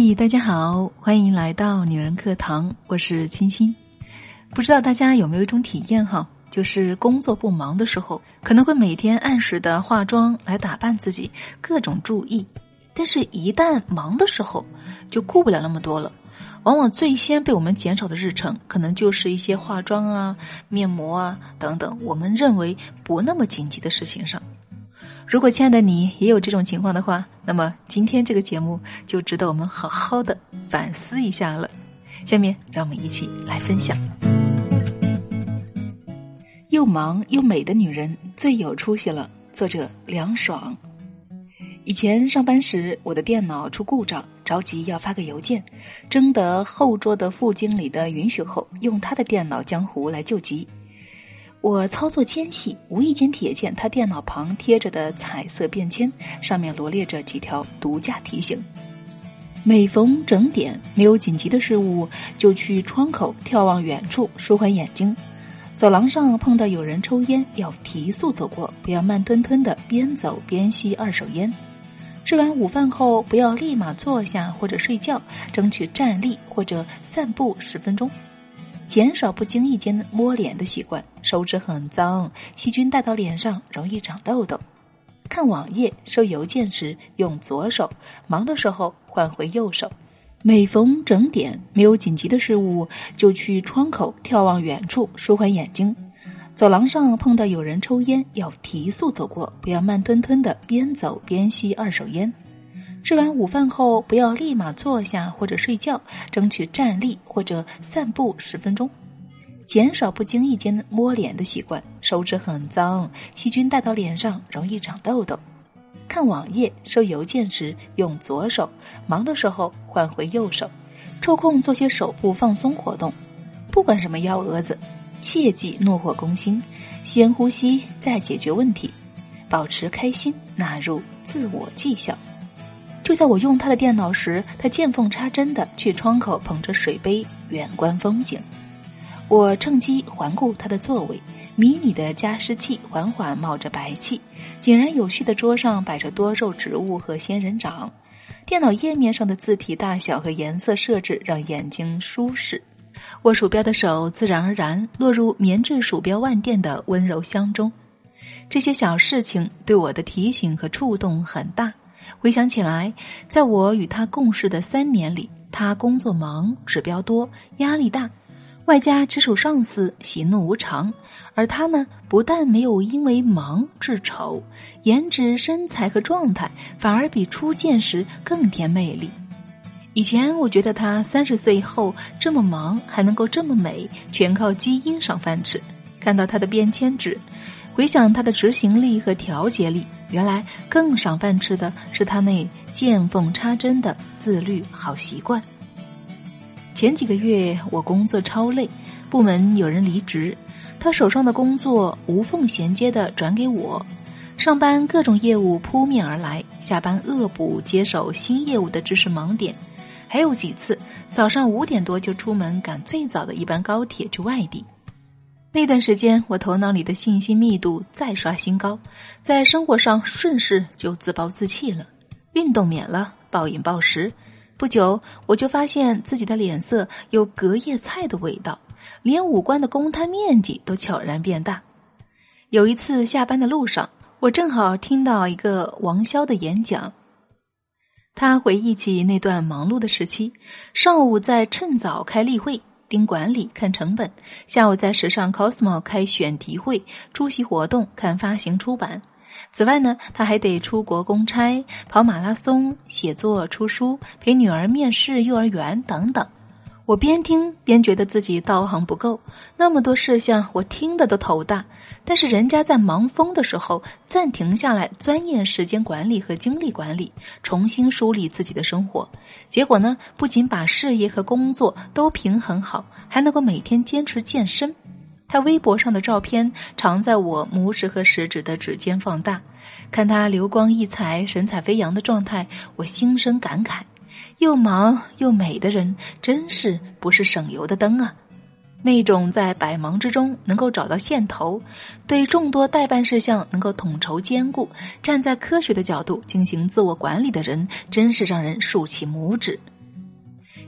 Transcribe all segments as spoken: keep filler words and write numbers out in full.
嘿，大家好，欢迎来到女人课堂，我是清新。不知道大家有没有一种体验哈，就是工作不忙的时候，可能会每天按时的化妆来打扮自己，各种注意，但是一旦忙的时候，就顾不了那么多了。往往最先被我们减少的日程，可能就是一些化妆啊、面膜啊等等，我们认为不那么紧急的事情上。如果亲爱的你也有这种情况的话，那么今天这个节目就值得我们好好的反思一下了。下面让我们一起来分享。又忙又美的女人最有出息了，作者梁爽。以前上班时，我的电脑出故障，着急要发个邮件，征得后桌的副经理的允许后，用他的电脑江湖来救急。我操作间隙，无意间瞥见他电脑旁贴着的彩色便签，上面罗列着几条独家提醒：每逢整点，没有紧急的事物，就去窗口眺望远处，舒缓眼睛。走廊上碰到有人抽烟，要提速走过，不要慢吞吞的边走边吸二手烟。吃完午饭后，不要立马坐下或者睡觉，争取站立或者散步十分钟。减少不经意间摸脸的习惯，手指很脏，细菌带到脸上容易长痘痘。看网页、收邮件时用左手，忙的时候换回右手。每逢整点，没有紧急的事物，就去窗口眺望远处，舒缓眼睛。走廊上碰到有人抽烟，要提速走过，不要慢吞吞的边走边吸二手烟。吃完午饭后，不要立马坐下或者睡觉，争取站立或者散步十分钟。减少不经意间摸脸的习惯，手指很脏，细菌带到脸上容易长痘痘。看网页、收邮件时用左手，忙的时候换回右手。抽空做些手部放松活动，不管什么幺蛾子，切忌怒火攻心，先呼吸再解决问题，保持开心纳入自我绩效。就在我用他的电脑时，他见缝插针地去窗口捧着水杯远观风景。我趁机环顾他的座位，迷你的加湿器缓缓冒着白气，井然有序的桌上摆着多肉植物和仙人掌。电脑页面上的字体大小和颜色设置让眼睛舒适。握鼠标的手自然而然落入棉质鼠标腕垫的温柔香中。这些小事情对我的提醒和触动很大。回想起来，在我与他共事的三年里，他工作忙，指标多，压力大，外加直属上司喜怒无常，而他呢，不但没有因为忙致丑，颜值、身材和状态反而比初见时更添魅力。以前我觉得他三十岁后这么忙还能够这么美，全靠基因赏饭吃。看到他的便签纸，回想他的执行力和调节力，原来更赏饭吃的是他那见缝插针的自律好习惯。前几个月我工作超累，部门有人离职，他手上的工作无缝衔接地转给我。上班各种业务扑面而来，下班恶补接手新业务的知识盲点。还有几次早上五点多就出门赶最早的一班高铁去外地。那段时间我头脑里的信息密度再刷新高，在生活上顺势就自暴自弃了，运动免了，暴饮暴食。不久我就发现自己的脸色有隔夜菜的味道，连五官的公摊面积都悄然变大。有一次下班的路上，我正好听到一个王骁的演讲，他回忆起那段忙碌的时期，上午在趁早开例会盯管理看成本，下午在时尚 Cosmo 开选题会出席活动看发行出版。此外呢，他还得出国公差、跑马拉松、写作出书、陪女儿面试幼儿园等等。我边听边觉得自己道行不够，那么多事项我听得都头大，但是人家在忙疯的时候暂停下来钻研时间管理和精力管理，重新梳理自己的生活。结果呢，不仅把事业和工作都平衡好，还能够每天坚持健身。他微博上的照片常在我拇指和食指的指尖放大，看他流光溢彩、神采飞扬的状态，我心生感慨。又忙又美的人真是不是省油的灯啊。那种在百忙之中能够找到线头，对众多待办事项能够统筹兼顾，站在科学的角度进行自我管理的人，真是让人竖起拇指。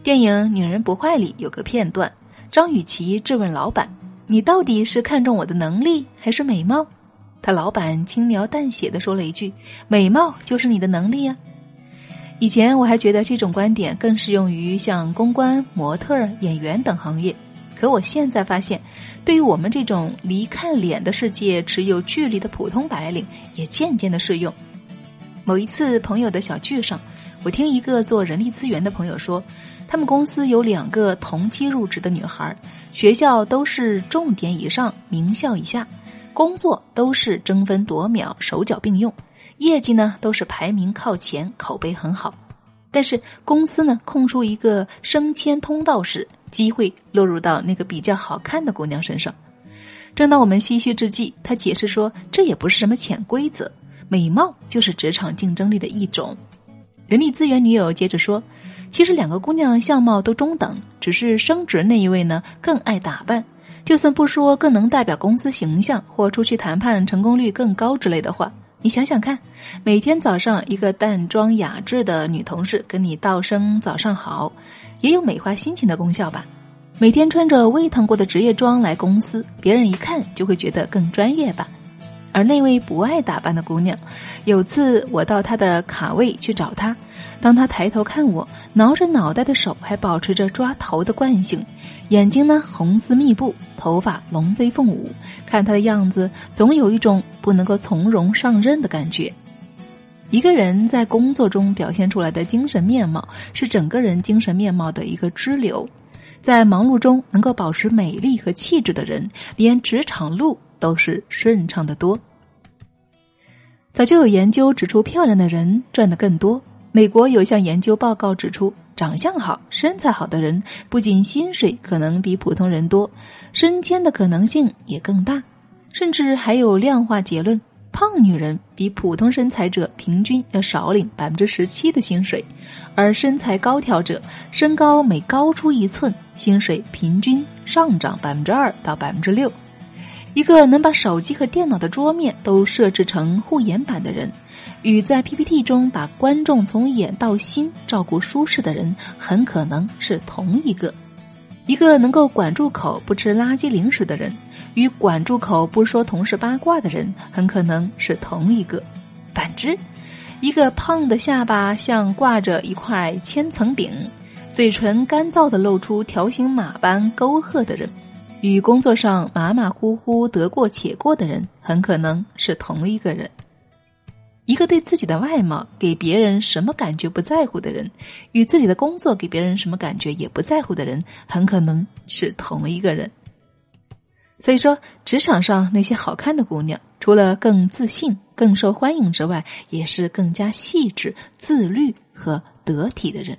电影《女人不坏》里有个片段，张雨绮质问老板，你到底是看重我的能力还是美貌？他老板轻描淡写地说了一句，美貌就是你的能力啊。以前我还觉得这种观点更适用于像公关、模特、演员等行业，可我现在发现，对于我们这种离看脸的世界持有距离的普通白领也渐渐的适用。某一次朋友的小聚上，我听一个做人力资源的朋友说，他们公司有两个同期入职的女孩，学校都是重点以上，名校以下，工作都是争分夺秒，手脚并用，业绩呢都是排名靠前，口碑很好。但是公司呢空出一个升迁通道时，机会落入到那个比较好看的姑娘身上。正当我们唏嘘之际，他解释说，这也不是什么潜规则，美貌就是职场竞争力的一种。人力资源女友接着说，其实两个姑娘相貌都中等，只是升职那一位呢更爱打扮，就算不说更能代表公司形象或出去谈判成功率更高之类的话，你想想看，每天早上一个淡妆雅致的女同事跟你道声早上好，也有美化心情的功效吧。每天穿着微烫过的职业装来公司，别人一看就会觉得更专业吧。而那位不爱打扮的姑娘，有次我到她的卡位去找她，当她抬头看我，挠着脑袋的手还保持着抓头的惯性，眼睛呢红丝密布，头发龙飞凤舞，看她的样子总有一种不能够从容上任的感觉。一个人在工作中表现出来的精神面貌，是整个人精神面貌的一个支流。在忙碌中能够保持美丽和气质的人，连职场路都是顺畅的多。早就有研究指出，漂亮的人赚得更多。美国有项研究报告指出，长相好、身材好的人，不仅薪水可能比普通人多，升迁的可能性也更大。甚至还有量化结论，胖女人比普通身材者平均要少领 百分之十七 的薪水，而身材高挑者，身高每高出一寸，薪水平均上涨 百分之二 到 百分之六。一个能把手机和电脑的桌面都设置成护眼板的人，与在 P P T 中把观众从眼到心照顾舒适的人，很可能是同一个。一个能够管住口不吃垃圾零食的人，与管住口不说同事八卦的人，很可能是同一个。反之，一个胖的下巴像挂着一块千层饼，嘴唇干燥地露出条形码般沟壑的人，与工作上马马虎虎得过且过的人，很可能是同一个人。一个对自己的外貌给别人什么感觉不在乎的人，与自己的工作给别人什么感觉也不在乎的人，很可能是同一个人。所以说，职场上那些好看的姑娘，除了更自信、更受欢迎之外，也是更加细致、自律和得体的人。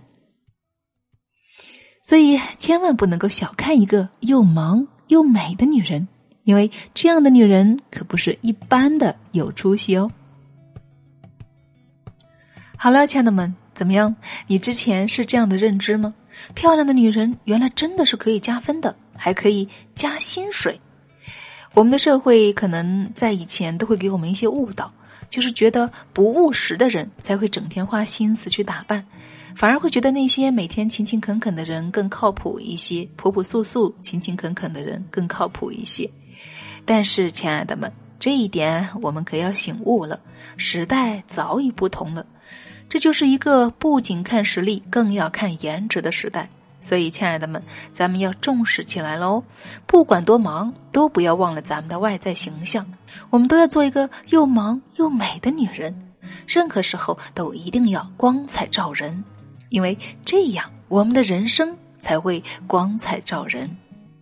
所以千万不能够小看一个又忙又美的女人，因为这样的女人可不是一般的有出息哦。好了，亲爱的们，怎么样？你之前是这样的认知吗？漂亮的女人原来真的是可以加分的，还可以加薪水。我们的社会可能在以前都会给我们一些误导，就是觉得不务实的人才会整天花心思去打扮，反而会觉得那些每天勤勤恳恳的人更靠谱一些，朴朴素素勤勤恳恳的人更靠谱一些。但是亲爱的们，这一点我们可要醒悟了，时代早已不同了，这就是一个不仅看实力更要看颜值的时代。所以亲爱的们，咱们要重视起来咯，不管多忙都不要忘了咱们的外在形象，我们都要做一个又忙又美的女人，任何时候都一定要光彩照人，因为这样我们的人生才会光彩照人。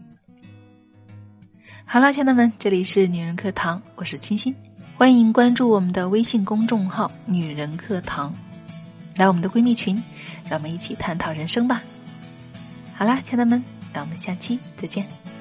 好了，亲爱的们，这里是女人课堂，我是清新，欢迎关注我们的微信公众号女人课堂，来我们的闺蜜群，让我们一起探讨人生吧。好啦，亲爱的们，让我们下期再见。